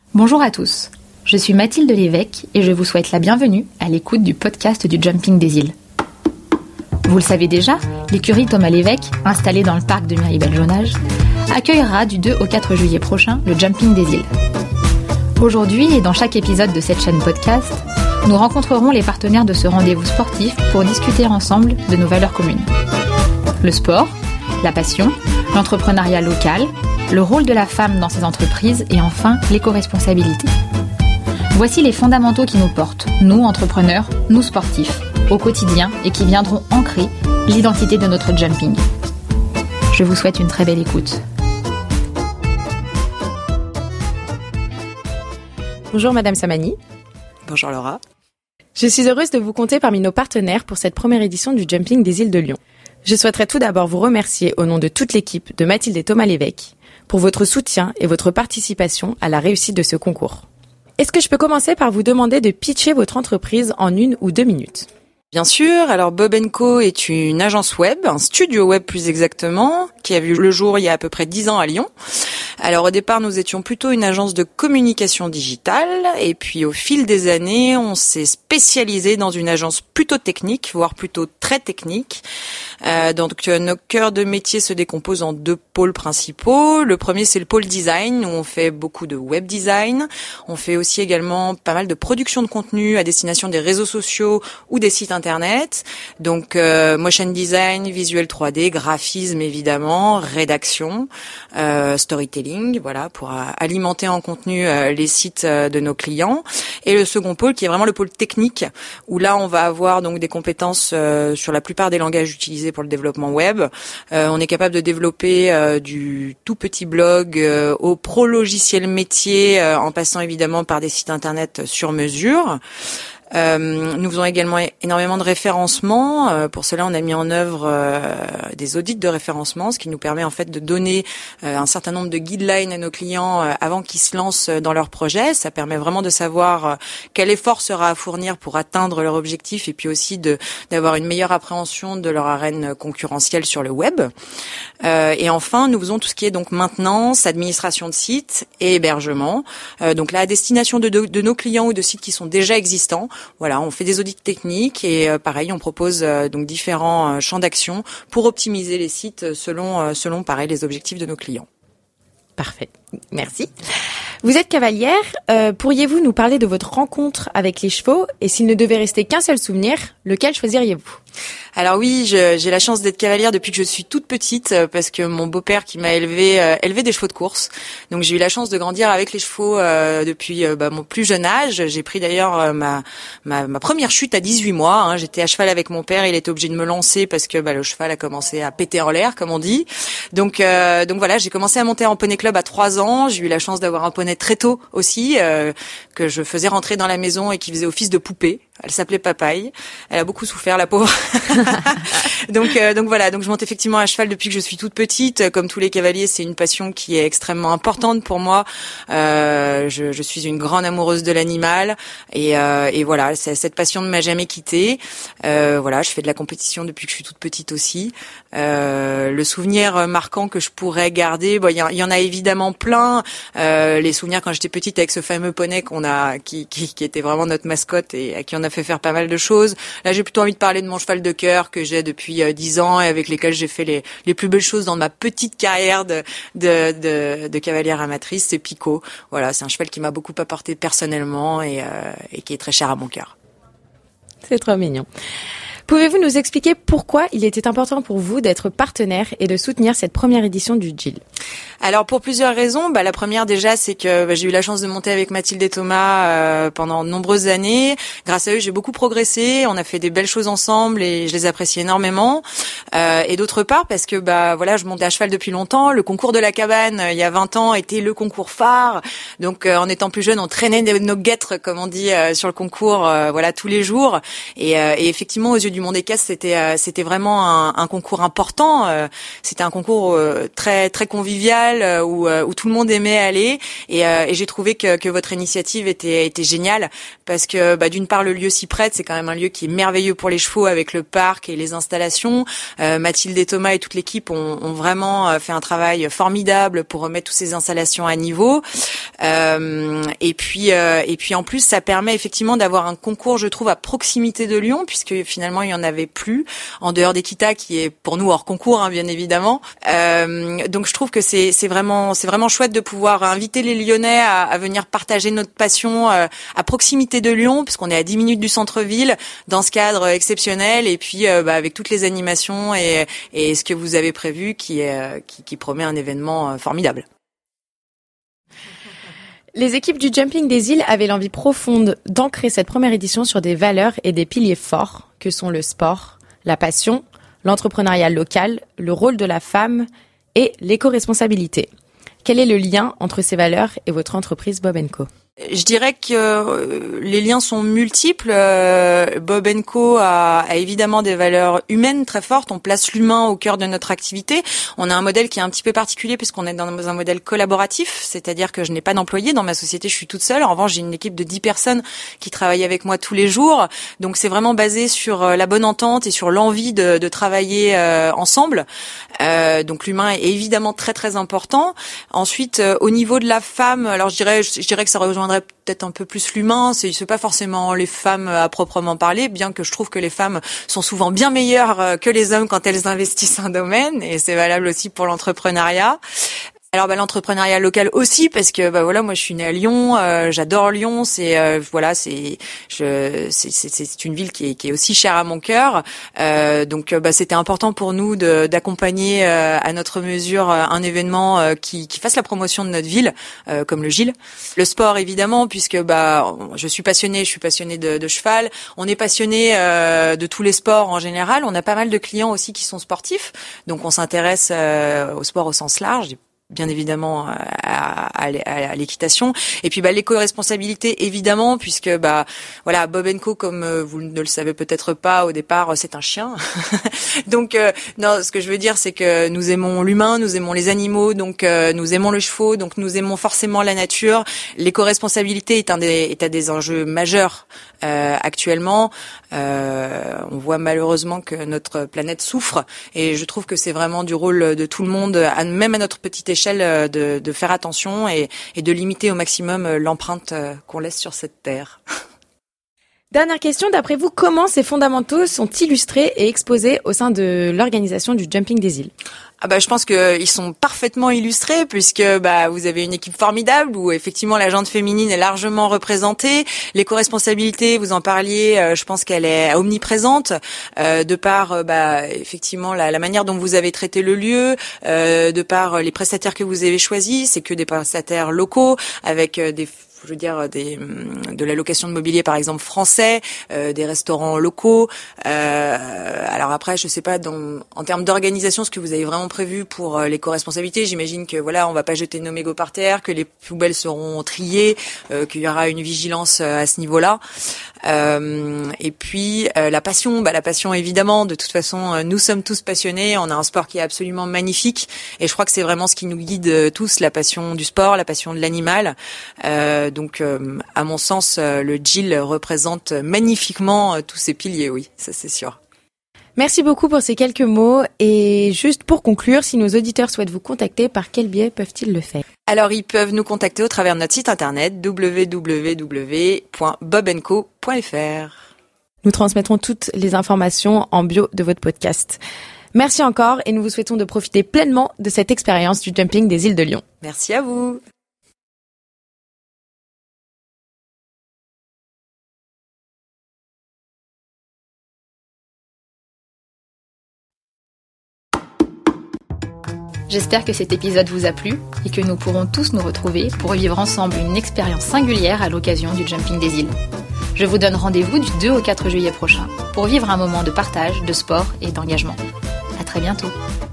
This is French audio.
Bonjour à tous, je suis Mathilde Lévesque et je vous souhaite la bienvenue à l'écoute du podcast du Jumping des Îles. Vous le savez déjà, l'écurie Thomas Lévesque, installée dans le parc de Miribel-Jonage, accueillera du 2 au 4 juillet prochain le Jumping des Îles. Aujourd'hui et dans chaque épisode de cette chaîne podcast, nous rencontrerons les partenaires de ce rendez-vous sportif pour discuter ensemble de nos valeurs communes. Le sport, la passion, l'entrepreneuriat local, le rôle de la femme dans ces entreprises et enfin l'éco-responsabilité. Voici les fondamentaux qui nous portent, nous entrepreneurs, nous sportifs, au quotidien et qui viendront ancrer l'identité de notre jumping. Je vous souhaite une très belle écoute. Bonjour Madame Samani. Bonjour Laura. Je suis heureuse de vous compter parmi nos partenaires pour cette première édition du Jumping des Îles de Lyon. Je souhaiterais tout d'abord vous remercier au nom de toute l'équipe de Mathilde et Thomas Lévesque pour votre soutien et votre participation à la réussite de ce concours. Est-ce que je peux commencer par vous demander de pitcher votre entreprise en 1 ou 2 minutes ? Bien sûr, alors Bob & Co est une agence web, un studio web plus exactement, qui a vu le jour il y a à peu près 10 ans à Lyon. Alors au départ, nous étions plutôt une agence de communication digitale et puis au fil des années, on s'est spécialisé dans une agence plutôt technique, voire plutôt très technique. Donc nos cœurs de métier se décomposent en 2 pôles principaux. Le premier, c'est le pôle design, où on fait beaucoup de web design. On fait aussi également pas mal de production de contenu à destination des réseaux sociaux ou des sites internet. Donc motion design, visuel 3D, graphisme évidemment, rédaction, storytelling, voilà, pour alimenter en contenu les sites de nos clients. Et le second pôle qui est vraiment le pôle technique, où là on va avoir donc des compétences sur la plupart des langages utilisés pour le développement web. On est capable de développer du tout petit blog au pro logiciel métier, en passant évidemment par des sites internet sur mesure. Nous faisons également énormément de référencement. Pour cela, on a mis en œuvre des audits de référencement, ce qui nous permet en fait de donner un certain nombre de guidelines à nos clients avant qu'ils se lancent dans leur projet. Ça permet vraiment de savoir quel effort sera à fournir pour atteindre leur objectif et puis aussi d'avoir une meilleure appréhension de leur arène concurrentielle sur le web. Et enfin, nous faisons tout ce qui est donc maintenance, administration de sites et hébergement. Donc là, à destination de nos clients ou de sites qui sont déjà existants. Voilà, on fait des audits techniques et pareil, on propose donc différents champs d'action pour optimiser les sites selon pareil les objectifs de nos clients. Parfait, merci. Vous êtes cavalière, pourriez-vous nous parler de votre rencontre avec les chevaux et s'il ne devait rester qu'un seul souvenir, lequel choisiriez-vous ? Alors oui, j'ai la chance d'être cavalière depuis que je suis toute petite parce que mon beau-père qui m'a élevait des chevaux de course. Donc j'ai eu la chance de grandir avec les chevaux depuis mon plus jeune âge. J'ai pris d'ailleurs ma première chute à 18 mois. J'étais à cheval avec mon père, il était obligé de me lancer parce que le cheval a commencé à péter en l'air, comme on dit. Donc voilà, j'ai commencé à monter en poney club à 3 ans. J'ai eu la chance d'avoir un poney très tôt aussi que je faisais rentrer dans la maison et qui faisait office de poupée. Elle s'appelait Papaye. Elle a beaucoup souffert, la pauvre. donc voilà. Donc je monte effectivement à cheval depuis que je suis toute petite. Comme tous les cavaliers, c'est une passion qui est extrêmement importante pour moi. Je suis une grande amoureuse de l'animal et voilà. Cette passion ne m'a jamais quittée. Voilà, je fais de la compétition depuis que je suis toute petite aussi. Le souvenir marquant que je pourrais garder, il y en a évidemment plein. Les souvenirs quand j'étais petite avec ce fameux poney qui était vraiment notre mascotte et à qui on a fait faire pas mal de choses. Là, j'ai plutôt envie de parler de mon cheval de cœur que j'ai depuis 10 ans et avec lesquels j'ai fait les plus belles choses dans ma petite carrière de cavalière amatrice, c'est Pico. Voilà, c'est un cheval qui m'a beaucoup apporté personnellement et qui est très cher à mon cœur. C'est trop mignon. Pouvez-vous nous expliquer pourquoi il était important pour vous d'être partenaire et de soutenir cette première édition du JIL ? Alors pour plusieurs raisons. La première déjà, c'est que j'ai eu la chance de monter avec Mathilde et Thomas pendant de nombreuses années. Grâce à eux, j'ai beaucoup progressé. On a fait des belles choses ensemble et je les apprécie énormément. Et d'autre part, parce que je montais à cheval depuis longtemps. Le concours de la cabane, il y a 20 ans, était le concours phare. Donc en étant plus jeune, on traînait nos guêtres, comme on dit, sur le concours, tous les jours. Et effectivement, aux yeux du monde équestre, c'était vraiment un concours important. C'était un concours très très convivial convivial où tout le monde aimait aller et j'ai trouvé que votre initiative était géniale parce que d'une part le lieu s'y prête, c'est quand même un lieu qui est merveilleux pour les chevaux avec le parc et les installations. Mathilde et Thomas et toute l'équipe ont vraiment fait un travail formidable pour remettre toutes ces installations à niveau. Et puis en plus ça permet effectivement d'avoir un concours, je trouve, à proximité de Lyon puisque finalement il y en avait plus en dehors d'Equita qui est pour nous hors concours bien évidemment. Donc je trouve que c'est vraiment chouette de pouvoir inviter les Lyonnais à venir partager notre passion à proximité de Lyon puisqu'on est à 10 minutes du centre-ville dans ce cadre exceptionnel et puis avec toutes les animations et ce que vous avez prévu qui promet un événement formidable. Les équipes du Jumping des Îles avaient l'envie profonde d'ancrer cette première édition sur des valeurs et des piliers forts que sont le sport, la passion, l'entrepreneuriat local, le rôle de la femme et l'éco-responsabilité. Quel est le lien entre ces valeurs et votre entreprise Bob & Co ? Je dirais que les liens sont multiples. Bob & Co a évidemment des valeurs humaines très fortes. On place l'humain au cœur de notre activité. On a un modèle qui est un petit peu particulier puisqu'on est dans un modèle collaboratif, c'est-à-dire que je n'ai pas d'employés dans ma société, je suis toute seule. En revanche, j'ai une équipe de 10 personnes qui travaillent avec moi tous les jours. Donc c'est vraiment basé sur la bonne entente et sur l'envie de travailler ensemble. Donc l'humain est évidemment très très important. Ensuite, au niveau de la femme, alors je dirais que ça rejoindrait peut-être un peu plus l'humain, c'est pas forcément les femmes à proprement parler, bien que je trouve que les femmes sont souvent bien meilleures que les hommes quand elles investissent un domaine, et c'est valable aussi pour l'entrepreneuriat. Alors l'entrepreneuriat local aussi parce que voilà, moi je suis née à Lyon, j'adore Lyon, c'est une ville qui est aussi chère à mon cœur. Donc c'était important pour nous d'accompagner à notre mesure un événement qui fasse la promotion de notre ville, comme le GIL. Le sport évidemment puisque je suis passionnée de cheval, on est passionné de tous les sports en général, on a pas mal de clients aussi qui sont sportifs. Donc on s'intéresse au sport au sens large. Bien évidemment à l'équitation et puis l'éco-responsabilité évidemment puisque voilà, Bob & Co, comme vous ne le savez peut-être pas au départ, c'est un chien. Donc non, ce que je veux dire c'est que nous aimons l'humain, nous aimons les animaux, donc nous aimons le cheval, donc nous aimons forcément la nature. L'éco-responsabilité est un des enjeux majeurs actuellement. On voit malheureusement que notre planète souffre et je trouve que c'est vraiment du rôle de tout le monde, même à notre petite échelle, de faire attention et de limiter au maximum l'empreinte qu'on laisse sur cette terre. Dernière question, d'après vous, comment ces fondamentaux sont illustrés et exposés au sein de l'organisation du Jumping des Îles ? Je pense que ils sont parfaitement illustrés puisque vous avez une équipe formidable où effectivement la gente féminine est largement représentée. L'éco-responsabilité, vous en parliez, je pense qu'elle est omniprésente de par effectivement la manière dont vous avez traité le lieu, de par les prestataires que vous avez choisis, c'est que des prestataires locaux avec de la location de mobilier par exemple français, des restaurants locaux. Alors après, je sais pas en termes d'organisation ce que vous avez vraiment prévu pour l'éco-responsabilité. J'imagine que voilà, on va pas jeter nos mégots par terre, que les poubelles seront triées, qu'il y aura une vigilance à ce niveau-là. Et puis la passion évidemment. De toute façon, nous sommes tous passionnés. On a un sport qui est absolument magnifique, et je crois que c'est vraiment ce qui nous guide tous, la passion du sport, la passion de l'animal. Donc, à mon sens, le GIL représente magnifiquement tous ces piliers, oui, ça c'est sûr. Merci beaucoup pour ces quelques mots. Et juste pour conclure, si nos auditeurs souhaitent vous contacter, par quel biais peuvent-ils le faire ? Alors, ils peuvent nous contacter au travers de notre site internet www.bobandco.fr. Nous transmettrons toutes les informations en bio de votre podcast. Merci encore et nous vous souhaitons de profiter pleinement de cette expérience du Jumping des Îles de Lyon. Merci à vous. J'espère que cet épisode vous a plu et que nous pourrons tous nous retrouver pour vivre ensemble une expérience singulière à l'occasion du Jumping des Îles. Je vous donne rendez-vous du 2 au 4 juillet prochain pour vivre un moment de partage, de sport et d'engagement. À très bientôt.